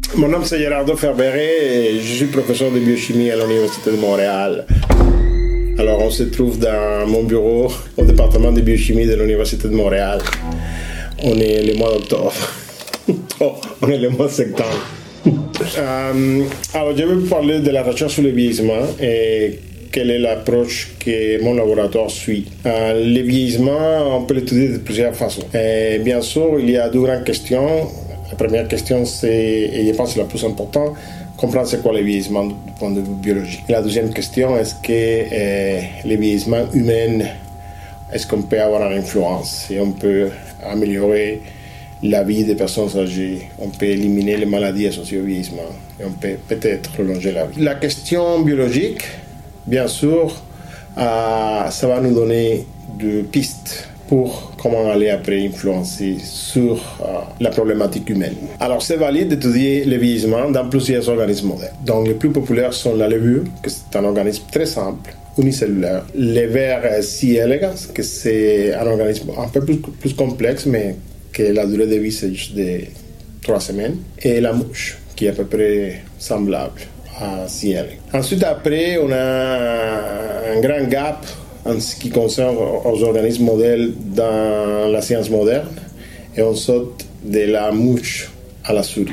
Mon nom c'est Gerardo Ferbere et je suis professeur de biochimie à l'Université de Montréal. Alors on se trouve dans mon bureau au département de biochimie de l'Université de Montréal. On est le mois d'octobre. Oh, on est le mois de septembre. Alors je vais vous parler de la recherche sur le vieillissement et quelle est l'approche que mon laboratoire suit. Le vieillissement, on peut l'étudier de plusieurs façons. Et bien sûr, il y a deux grandes questions. La première question, c'est, et je pense que c'est la plus importante, comprendre c'est quoi le vieillissement du point de vue biologique. Et la deuxième question, est-ce que le vieillissement humain, est-ce qu'on peut avoir une influence et on peut améliorer la vie des personnes âgées, on peut éliminer les maladies associées au vieillissement et on peut peut-être prolonger la vie. La question biologique, bien sûr, ça va nous donner des pistes pour comment aller après influencer sur la problématique humaine. Alors c'est valide d'étudier le vieillissement dans plusieurs organismes modernes. Donc les plus populaires sont la levure, que c'est un organisme très simple, unicellulaire. Les vers C. elegans, que c'est un organisme un peu plus complexe, mais que la durée de vie c'est juste de 3 semaines. Et la mouche, qui est à peu près semblable à C. elegans. Ensuite, après, on a un grand gap en ce qui concerne aux organismes modèles dans la science moderne, et on saute de la mouche à la souris.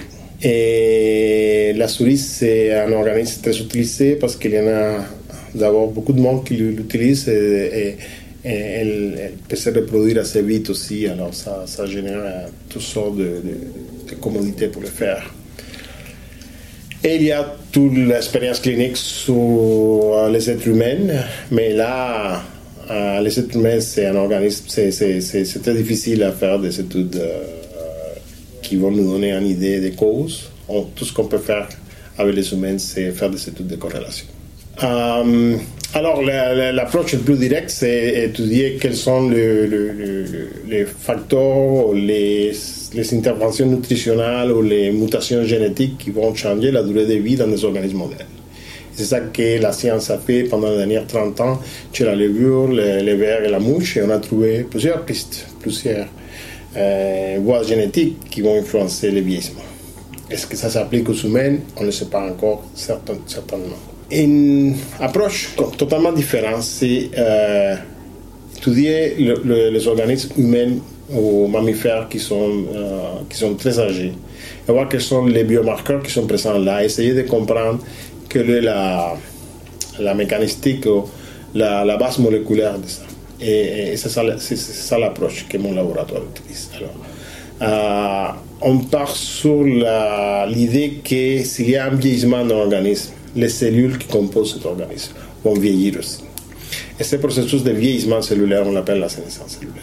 Et la souris, c'est un organisme très utilisé parce qu'il y en a d'abord beaucoup de monde qui l'utilise et elle peut se reproduire assez vite aussi, alors ça génère toutes sortes de commodités pour le faire. Et il y a toute l'expérience clinique sur les êtres humains, mais là, les êtres humains, c'est un organisme, c'est très difficile à faire des études qui vont nous donner une idée des causes. Tout ce qu'on peut faire avec les humains, c'est faire des études de corrélation. Alors, l'approche la plus directe, c'est étudier quels sont les facteurs, les interventions nutritionnelles ou les mutations génétiques qui vont changer la durée de vie dans les organismes modernes. C'est ça que la science a fait pendant les derniers 30 ans chez la levure, les vers et la mouche, et on a trouvé plusieurs pistes, plusieurs voies génétiques qui vont influencer le vieillissement. Est-ce que ça s'applique aux humains? On ne le sait pas encore, certainement. Une approche totalement différente, c'est étudier les organismes humains ou mammifères qui sont très âgés, et voir quels sont les biomarqueurs qui sont présents là, essayer de comprendre quelle est la mécanistique ou la base moléculaire de ça. Et c'est ça l'approche que mon laboratoire utilise. Alors, on part sur l'idée que s'il y a un vieillissement d'un organisme, les cellules qui composent cet organisme vont vieillir aussi. Et ce processus de vieillissement cellulaire, on l'appelle la sénescence cellulaire.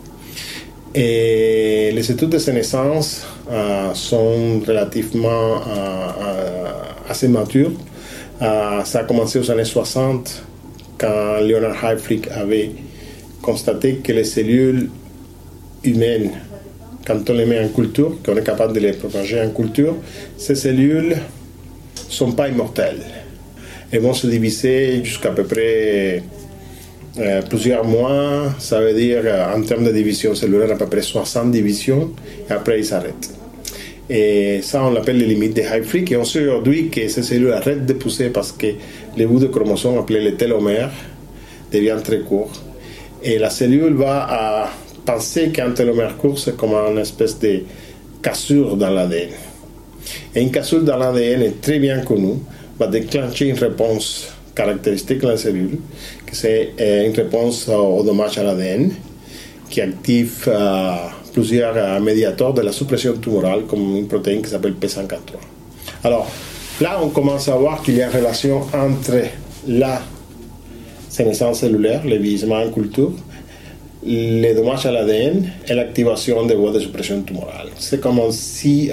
Et les études de sénescence sont relativement assez matures. Ça a commencé aux années 60, quand Leonard Hayflick avait constaté que les cellules humaines, quand on les met en culture, qu'on est capable de les propager en culture, ces cellules ne sont pas immortelles. Elles vont se diviser jusqu'à peu près plusieurs mois, ça veut dire en termes de division cellulaire à peu près 60 divisions, et après ils s'arrêtent. Et ça on l'appelle les limites de Hayflick, et on sait aujourd'hui que ces cellules arrêtent de pousser parce que les bouts de chromosomes appelés les télomères deviennent très courts. Et la cellule va penser qu'un télomère court c'est comme une espèce de cassure dans l'ADN. Et une cassure dans l'ADN est très bien connue, va déclencher une réponse caractéristique de la cellule, que c'est une réponse au dommage à l'ADN, qui active plusieurs médiateurs de la suppression tumorale, comme une protéine qui s'appelle P143. Alors, là, on commence à voir qu'il y a une relation entre la sénescence cellulaire, le vieillissement en culture, les dommages à l'ADN et l'activation des voies de suppression tumorale. C'est comme si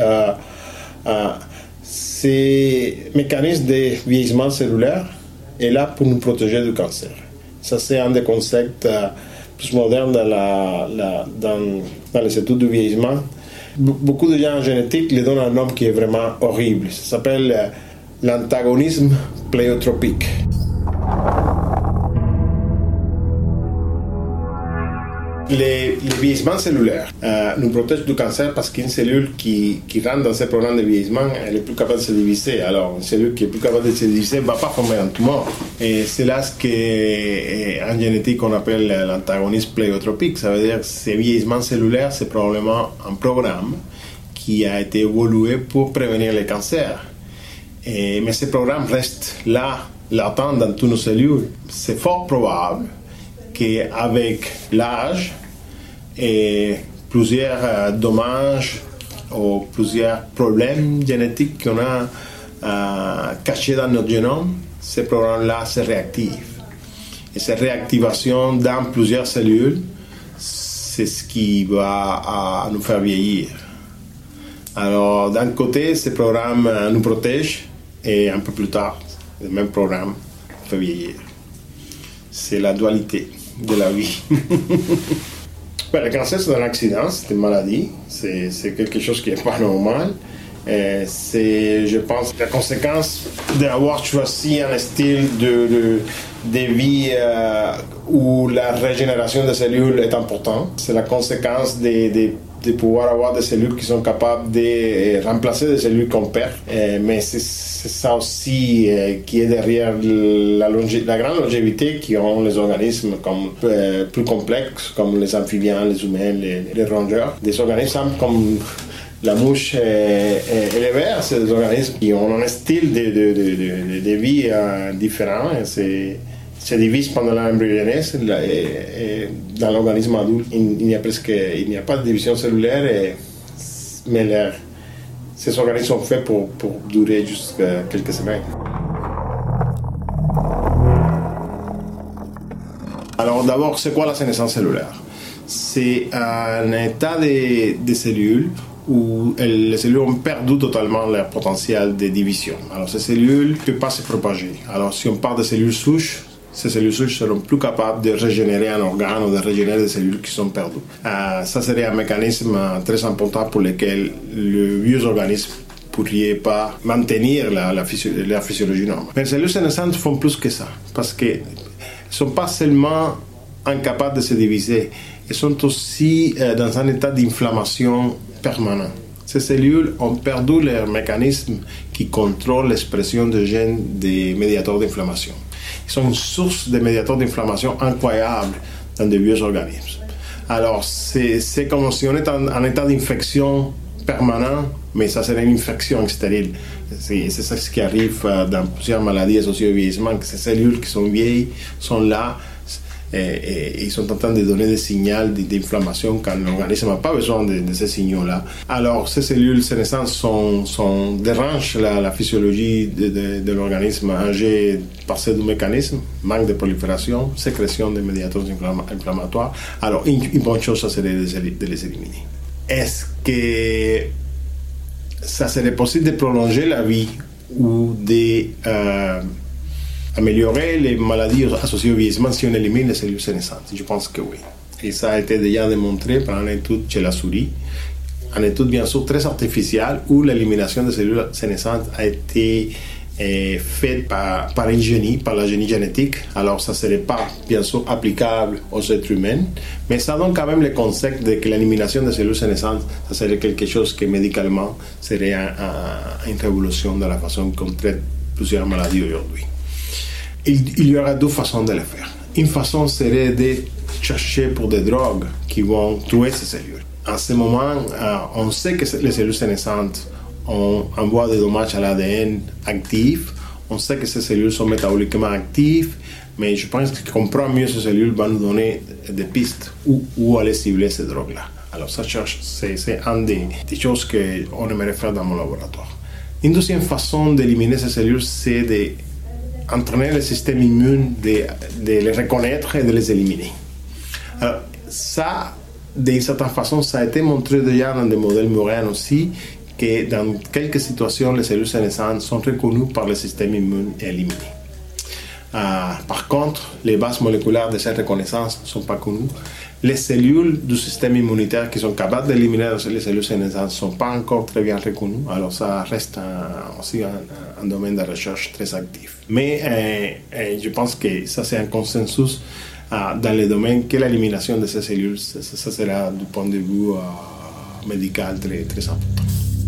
ces mécanismes de vieillissement cellulaire est là pour nous protéger du cancer. Ça, c'est un des concepts plus modernes dans les études du vieillissement. Beaucoup de gens en génétique lui donnent un nom qui est vraiment horrible. Ça s'appelle l'antagonisme pléiotropique. Le vieillissement cellulaire nous protège du cancer parce qu'une cellule qui rentre dans ce programme de vieillissement, elle est plus capable de se diviser. Alors, une cellule qui est plus capable de se diviser ne va pas former un tumeur. Et c'est là ce qu'en génétique on appelle l'antagonisme pléiotropique. Ça veut dire que ce vieillissement cellulaire, c'est probablement un programme qui a été évolué pour prévenir les cancers. Mais ce programme reste là, latent dans toutes nos cellules. C'est fort probable qu'avec l'âge et plusieurs dommages ou plusieurs problèmes génétiques qu'on a cachés dans notre génome, ce programme-là se réactive. Et cette réactivation dans plusieurs cellules, c'est ce qui va nous faire vieillir. Alors, d'un côté, ce programme nous protège et un peu plus tard, le même programme fait vieillir. C'est la dualité de la vie. Le cancer, c'est un accident, c'est une maladie, c'est quelque chose qui n'est pas normal. C'est, je pense, la conséquence d'avoir choisi un style de vie où la régénération des cellules est importante. C'est la conséquence de pouvoir avoir des cellules qui sont capables de remplacer des cellules qu'on perd. Mais c'est ça aussi qui est derrière la grande longévité qui ont les organismes plus complexes, comme les amphibiens, les humains, les rongeurs. Des organismes comme la mouche et les vers, c'est des organismes qui ont un style de vie différent. Se divisent pendant l'embryogenèse et dans l'organisme adulte, il n'y a pas de division cellulaire, mais ces organismes sont faits pour durer jusqu'à quelques semaines. Alors d'abord, c'est quoi la sénescence cellulaire? C'est un état de cellules où les cellules ont perdu totalement leur potentiel de division. Alors ces cellules ne peuvent pas se propager. Alors si on parle de cellules souches, ces cellules souches seront plus capables de régénérer un organe ou de régénérer des cellules qui sont perdues. Ça serait un mécanisme très important pour lequel le vieux organisme ne pourrait pas maintenir la physiologie normale. Mais les cellules sénescentes font plus que ça, parce qu'elles ne sont pas seulement incapables de se diviser, elles sont aussi dans un état d'inflammation permanent. Ces cellules ont perdu leur mécanisme qui contrôle l'expression des gènes des médiateurs d'inflammation. Ils sont une source de médiateurs d'inflammation incroyable dans de vieux organismes. Alors, c'est comme si on est en état d'infection permanent, mais ça serait une infection stérile. C'est ça ce qui arrive dans plusieurs maladies associées au vieillissement, que ces cellules qui sont vieilles sont là et ils sont en train de donner des signaux d'inflammation quand l'organisme n'a pas besoin de ces signaux-là. Alors, ces cellules sénescentes dérangent la physiologie de l'organisme âgé par ces deux mécanismes, manque de prolifération, sécrétion de médiateurs inflammatoires. Alors, une bonne chose, ça serait de les éliminer. Est-ce que ça serait possible de prolonger la vie ou améliorer les maladies associées au vieillissement si on élimine les cellules sénescentes? Je pense que oui. Et ça a été déjà démontré par une étude chez la souris, une étude bien sûr très artificielle où l'élimination des cellules sénescentes a été faite par un génie, par la génie génétique. Alors ça ne serait pas bien sûr applicable aux êtres humains, mais ça donne quand même le concept de que l'élimination des cellules sénescentes, ça serait quelque chose qui médicalement serait une révolution dans la façon qu'on traite plusieurs maladies aujourd'hui. Il y aura deux façons de le faire. Une façon serait de chercher pour des drogues qui vont tuer ces cellules. En ce moment, on sait que les cellules sénescentes envoient des dommages à l'ADN actifs. On sait que ces cellules sont métaboliquement actives, mais je pense que comprendre mieux ces cellules va nous donner des pistes où aller cibler ces drogues-là. Alors ça c'est une des choses qu'on aimerait faire dans mon laboratoire. Une deuxième façon d'éliminer ces cellules, c'est d'entraîner le système immune, de les reconnaître et de les éliminer. Alors, ça, d'une certaine façon, ça a été montré déjà dans des modèles mourants aussi, que dans quelques situations, les cellules sénescentes sont reconnues par le système immune et éliminées. Par contre, les bases moléculaires de cette reconnaissance ne sont pas connues. Les cellules du système immunitaire qui sont capables d'éliminer les cellules sénescentes ne sont pas encore très bien reconnues. Alors ça reste aussi un domaine de recherche très actif. Mais je pense que ça c'est un consensus dans les domaines que l'élimination de ces cellules, ça sera du point de vue médical très, très important.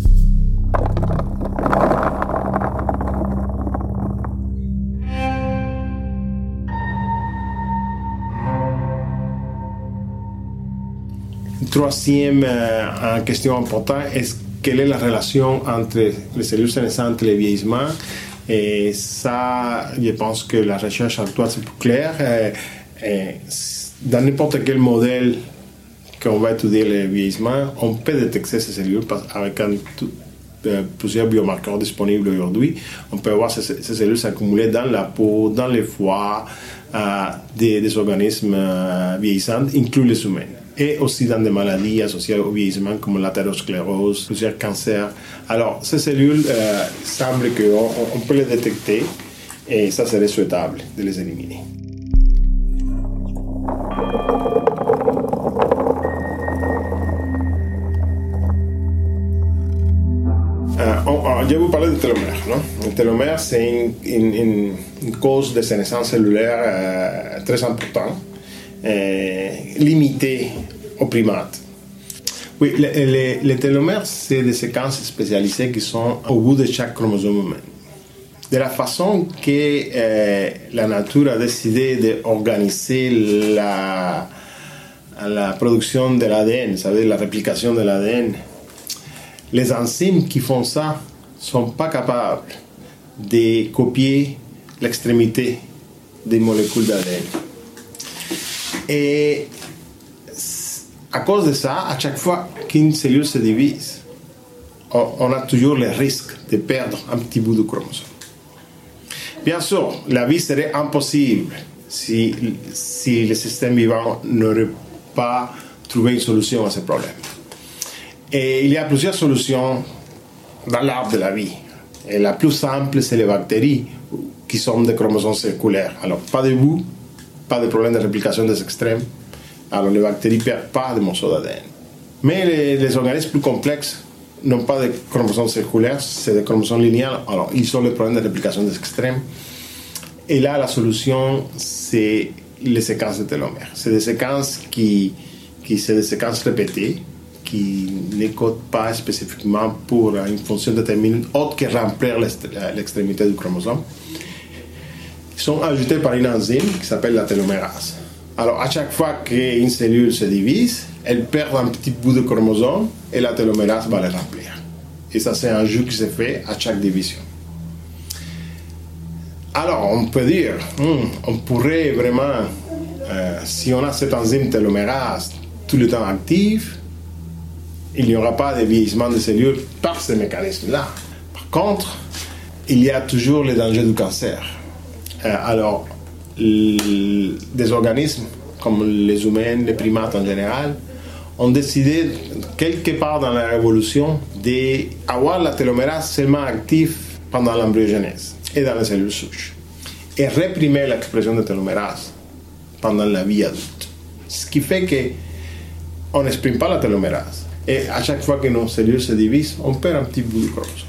Troisième question importante est quelle est la relation entre les cellules sénescentes et le vieillissement. Et ça, je pense que la recherche actuelle c'est plus clair. Dans n'importe quel modèle qu'on va étudier le vieillissement, on peut détecter ces cellules avec plusieurs biomarqueurs disponibles aujourd'hui. On peut voir ces cellules s'accumuler dans la peau, dans les foies des organismes vieillissants, inclus les humains. Et aussi dans des maladies associées au vieillissement comme l'athérosclérose, plusieurs cancers. Alors, ces cellules, semble qu'on peut les détecter et ça serait souhaitable de les éliminer. Je vais vous parler du télomère. Non? Le télomère, c'est une cause de sénescence cellulaire très importante, limitée aux primates. Oui, les télomères, c'est des séquences spécialisées qui sont au bout de chaque chromosome humain. De la façon que la nature a décidé d'organiser la production de l'ADN, ça veut dire la réplication de l'ADN, les enzymes qui font ça ne sont pas capables de copier l'extrémité des molécules d'ADN. Et à cause de ça, à chaque fois qu'une cellule se divise, on a toujours le risque de perdre un petit bout de chromosome. Bien sûr, la vie serait impossible si le système vivant n'aurait pas trouvé une solution à ce problème. Et il y a plusieurs solutions dans l'arbre de la vie. Et la plus simple, c'est les bactéries qui sont des chromosomes circulaires. Alors, pas de bout, pas de problème de réplication des extrêmes. Alors, les bactéries ne perdent pas de morceaux d'ADN. Mais les organismes plus complexes n'ont pas de chromosomes circulaires, c'est des chromosomes linéaires. Alors, ils ont le problème de réplication des extrêmes. Et là, la solution, c'est les séquences de télomères. C'est des séquences c'est des séquences répétées, qui ne codent pas spécifiquement pour une fonction déterminée autre que remplir l'extrémité du chromosome. Ils sont ajoutés par une enzyme qui s'appelle la télomérase. Alors, à chaque fois qu'une cellule se divise, elle perd un petit bout de chromosome et la télomérase va le remplir. Et ça, c'est un jeu qui se fait à chaque division. Alors, on peut dire, on pourrait vraiment, si on a cette enzyme télomérase tout le temps active, il n'y aura pas de vieillissement de cellules par ce mécanisme-là. Par contre, il y a toujours le danger du cancer. Alors, des organismes comme les humains, les primates en général, ont décidé, quelque part dans la révolution, d'avoir la télomérase seulement active pendant l'embryogenèse et dans les cellules souches, et réprimer l'expression de télomérase pendant la vie adulte. Ce qui fait qu'on n'exprime pas la télomérase. Et à chaque fois que nos cellules se divisent, on perd un petit bout de chromosome.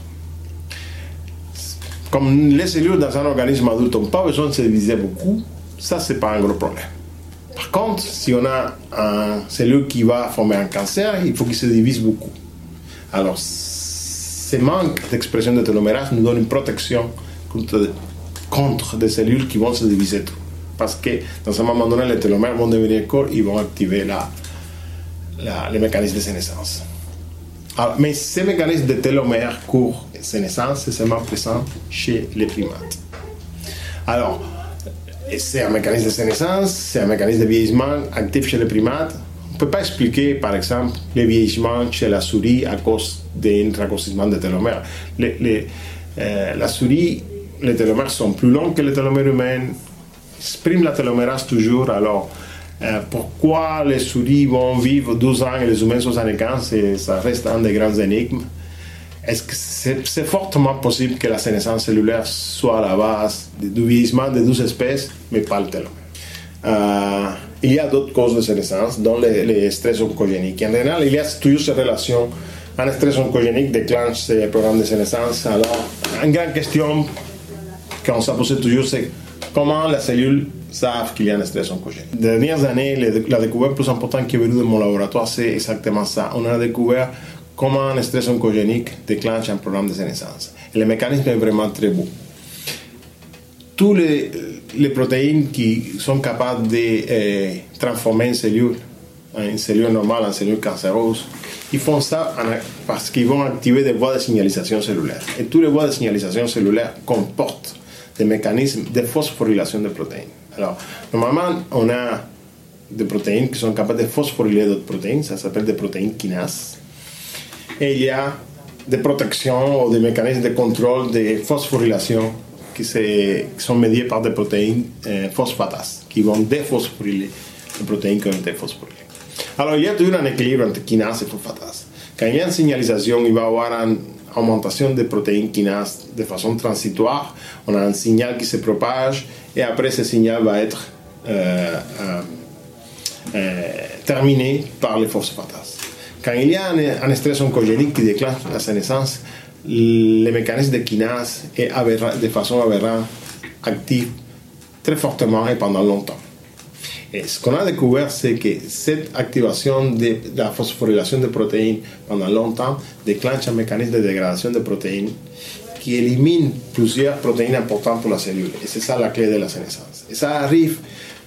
Comme les cellules dans un organisme adulte n'ont pas besoin de se diviser beaucoup, ça, ce n'est pas un gros problème. Par contre, si on a une cellule qui va former un cancer, il faut qu'il se divise beaucoup. Alors, ce manque d'expression de télomérase nous donne une protection contre des cellules qui vont se diviser trop. Parce que, dans un moment donné, les télomères vont devenir courts, ils vont activer les mécanismes de sénescence. Alors, mais ces mécanismes de télomères courts et sénescence, c'est seulement présent chez les primates. Alors, c'est un mécanisme de sénescence, c'est un mécanisme de vieillissement actif chez les primates. On ne peut pas expliquer, par exemple, le vieillissement chez la souris à cause d'un raccourcissement de télomères. La souris, les télomères sont plus longs que les télomères humains, expriment la télomérase toujours. Alors, pourquoi les souris vont vivre 12 ans et les humains 75, ça reste un des grandes énigmes. Est-ce que c'est fortement possible que la sénescence cellulaire soit à la base du vieillissement de 12 espèces, mais pas le télomère? Il y a d'autres causes de sénescence, dont les stress oncogéniques. En général, il y a toujours cette relation. Un stress oncogénique déclenche ces programmes de sénescence. Alors, une grande question qu'on s'est posée toujours, c'est comment la cellule savent qu'il y a un stress oncogénique. Ces dernières années, la découverte plus importante qui est venue de mon laboratoire, c'est exactement ça. On a découvert comment un stress oncogénique déclenche un programme de sénescence. Et le mécanisme est vraiment très beau. Toutes les protéines qui sont capables de transformer une cellule normale en cellule cancéreuse, ils font ça parce qu'ils vont activer des voies de signalisation cellulaire. Et toutes les voies de signalisation cellulaire comportent des mécanismes de phosphorylation de protéines. Alors, normalement, on a des protéines qui sont capables de phosphoryler d'autres protéines, ça s'appelle des protéines kinases. Et il y a des protections ou des mécanismes de contrôle de phosphorylation qui sont médiés par des protéines phosphatases, qui vont déphosphoryler les protéines qui ont été phosphorylées. Alors, il y a toujours un équilibre entre kinases et phosphatases. Quand il y a une signalisation, il va y avoir une augmentation des protéines kinases de façon transitoire. On a un signal qui se propage et après ce signal va être terminé par les phosphatases. Quand il y a un stress oncogénique qui déclenche la sénescence, les mécanismes de kinase est de façon aberrante actif très fortement et pendant longtemps. Et ce qu'on a découvert, c'est que cette activation de la phosphorylation de protéines pendant longtemps déclenche un mécanisme de dégradation de protéines qui élimine plusieurs protéines importantes pour la cellule. Et c'est ça la clé de la sénescence. Et ça arrive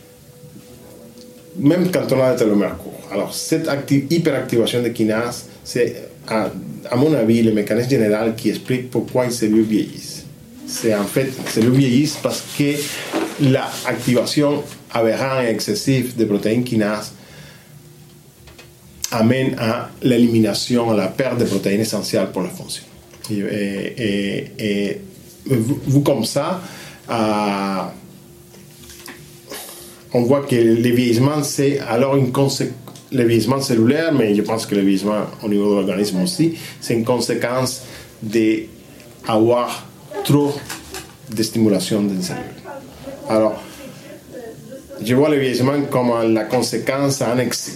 même quand on a des télomères courts. Alors, cette hyperactivation de kinase, c'est, à mon avis, le mécanisme général qui explique pourquoi une cellule vieillisse. C'est en fait, les cellules vieillissent parce que l'activation aberrante et excessive des protéines kinases amène à l'élimination, à la perte de protéines essentielles pour la fonction. Et vous comme ça, on voit que le vieillissement, c'est alors le vieillissement cellulaire, mais je pense que le vieillissement au niveau de l'organisme aussi, c'est une conséquence d'avoir trop de stimulation d'une cellule. Alors, je vois le vieillissement comme la conséquence d'un excès.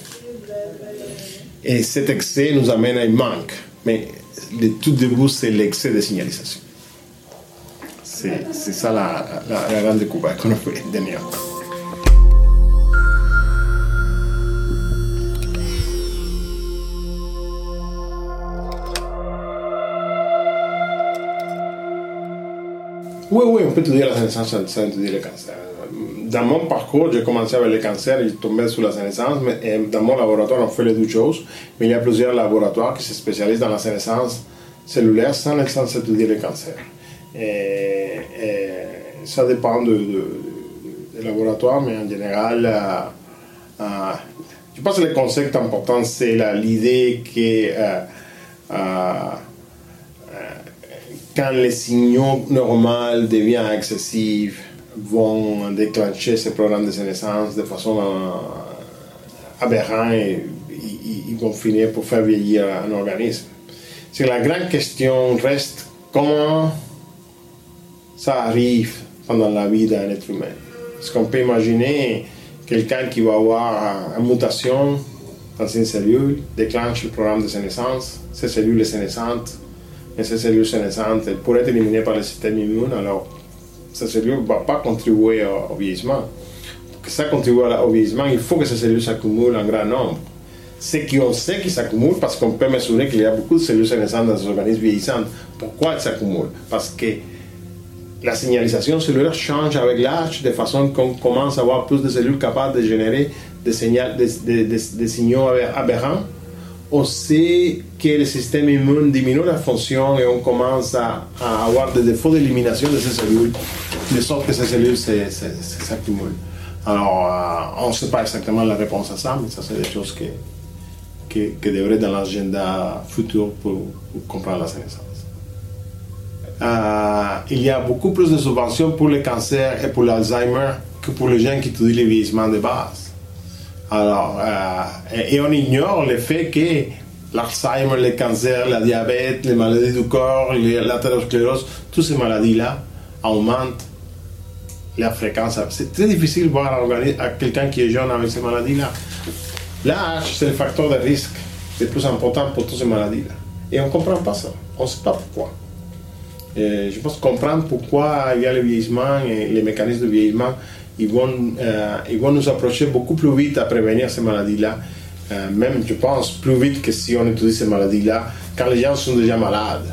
Et cet excès nous amène à un manque. Mais le tout début, c'est l'excès de signalisation. C'est ça la grande découverte qu'on a fait dernièrement. Oui, on peut étudier la sénescence sans étudier le cancer. Dans mon parcours, j'ai commencé avec le cancer et j'ai tombé sur la sénescence. Mais dans mon laboratoire, on fait les deux choses. Mais il y a plusieurs laboratoires qui se spécialisent dans la sénescence cellulaire sans étudier le cancer. Et ça dépend des laboratoires, mais en général, je pense que le concept important, c'est l'idée que quand les signaux normaux deviennent excessifs, vont déclencher ces programmes de sénescence de façon aberrante et ils vont finir pour faire vieillir un organisme. C'est la grande question reste comment ça arrive pendant la vie d'un être humain. Est-ce qu'on peut imaginer quelqu'un qui va avoir une mutation dans une cellule, déclenche le programme de sénescence, cette cellule est sénescente, et ces cellules sénescentes pourraient être éliminées par le système immune, alors cette cellule ne va pas contribuer au vieillissement. Pour que ça contribue au vieillissement, il faut que ces cellules s'accumulent en grand nombre. Ce qu'on sait qu'ils s'accumulent parce qu'on peut mesurer qu'il y a beaucoup de cellules sénescentes dans les organismes vieillissants. Pourquoi elles s'accumulent? Parce que la signalisation cellulaire change avec l'âge de façon qu'on commence à avoir plus de cellules capables de générer des signaux aberrants. On sait que le système immune diminue la fonction et on commence à avoir des défauts d'élimination de ces cellules, de sorte que ces cellules s'accumulent. Alors, on ne sait pas exactement la réponse à ça, mais ça, c'est des choses qui devraient être dans l'agenda futur pour comprendre la sénescence. Il y a beaucoup plus de subventions pour le cancer et pour l'Alzheimer que pour les gens qui étudient le vieillissement de base. Alors, et on ignore le fait que l'Alzheimer, le cancer, le diabète, les maladies du corps, l'athérosclérose, toutes ces maladies-là augmentent la fréquence. C'est très difficile de voir à quelqu'un qui est jeune avec ces maladies-là. L'âge, c'est le facteur de risque le plus important pour toutes ces maladies-là. Et on ne comprend pas ça. On ne sait pas pourquoi. Je pense comprendre pourquoi il y a le vieillissement et les mécanismes de vieillissement, ils vont nous approcher beaucoup plus vite à prévenir ces maladies-là. Même, je pense, plus vite que si on étudie ces maladies-là quand les gens sont déjà malades.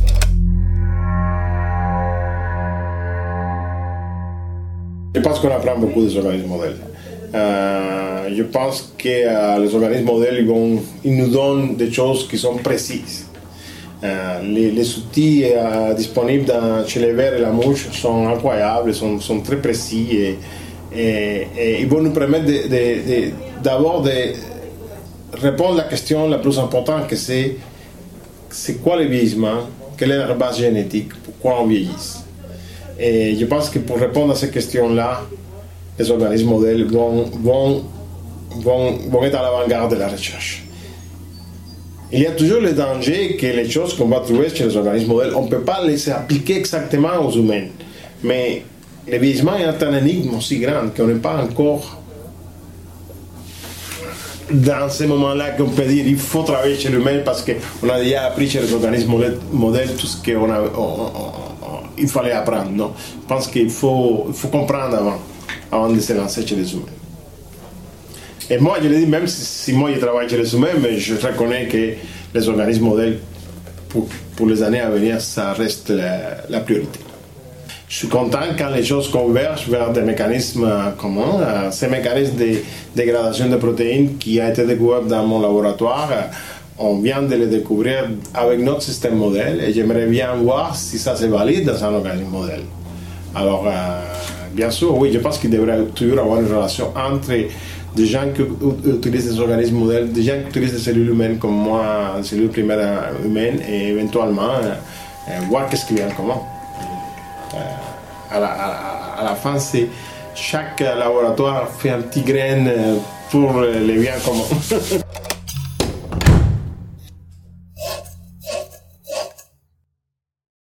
Je pense qu'on apprend beaucoup des organismes modèles. Je pense que les organismes modèles, ils nous donnent des choses qui sont précises. Les outils disponibles chez les vers et la mouche sont incroyables, sont très précis et ils vont nous permettre d'abord de répondre à la question la plus importante, que c'est quoi le vieillissement, quelle est la base génétique, pourquoi on vieillit. Et je pense que pour répondre à ces questions-là, les organismes modèles vont être à l'avant-garde de la recherche. Il y a toujours le danger que les choses qu'on va trouver chez les organismes modèles, on ne peut pas les appliquer exactement aux humains. Mais le vieillissement est un énigme aussi grand qu'on n'est pas encore dans ce moment-là qu'on peut dire qu'il faut travailler chez l'humain parce qu'on a déjà appris chez les organismes modèles tout ce qu'il fallait apprendre. Non? Je pense qu'il faut comprendre avant de se lancer chez les humains. Et moi, je le dis, même si moi je travaille chez les humains, mais je reconnais que les organismes modèles, pour les années à venir, ça reste la priorité. Je suis content quand les choses convergent vers des mécanismes communs. Ces mécanismes de dégradation de protéines qui a été découvert dans mon laboratoire, on vient de les découvrir avec notre système modèle et j'aimerais bien voir si ça se valide dans un organisme modèle. Alors, bien sûr, oui, je pense qu'il devrait toujours avoir une relation entre des gens qui utilisent des organismes modèles, des gens qui utilisent des cellules humaines comme moi, des cellules primaires humaines, et éventuellement voir qu'est-ce qui vient comment. À la fin, chaque laboratoire fait un petit grain pour les biens communs.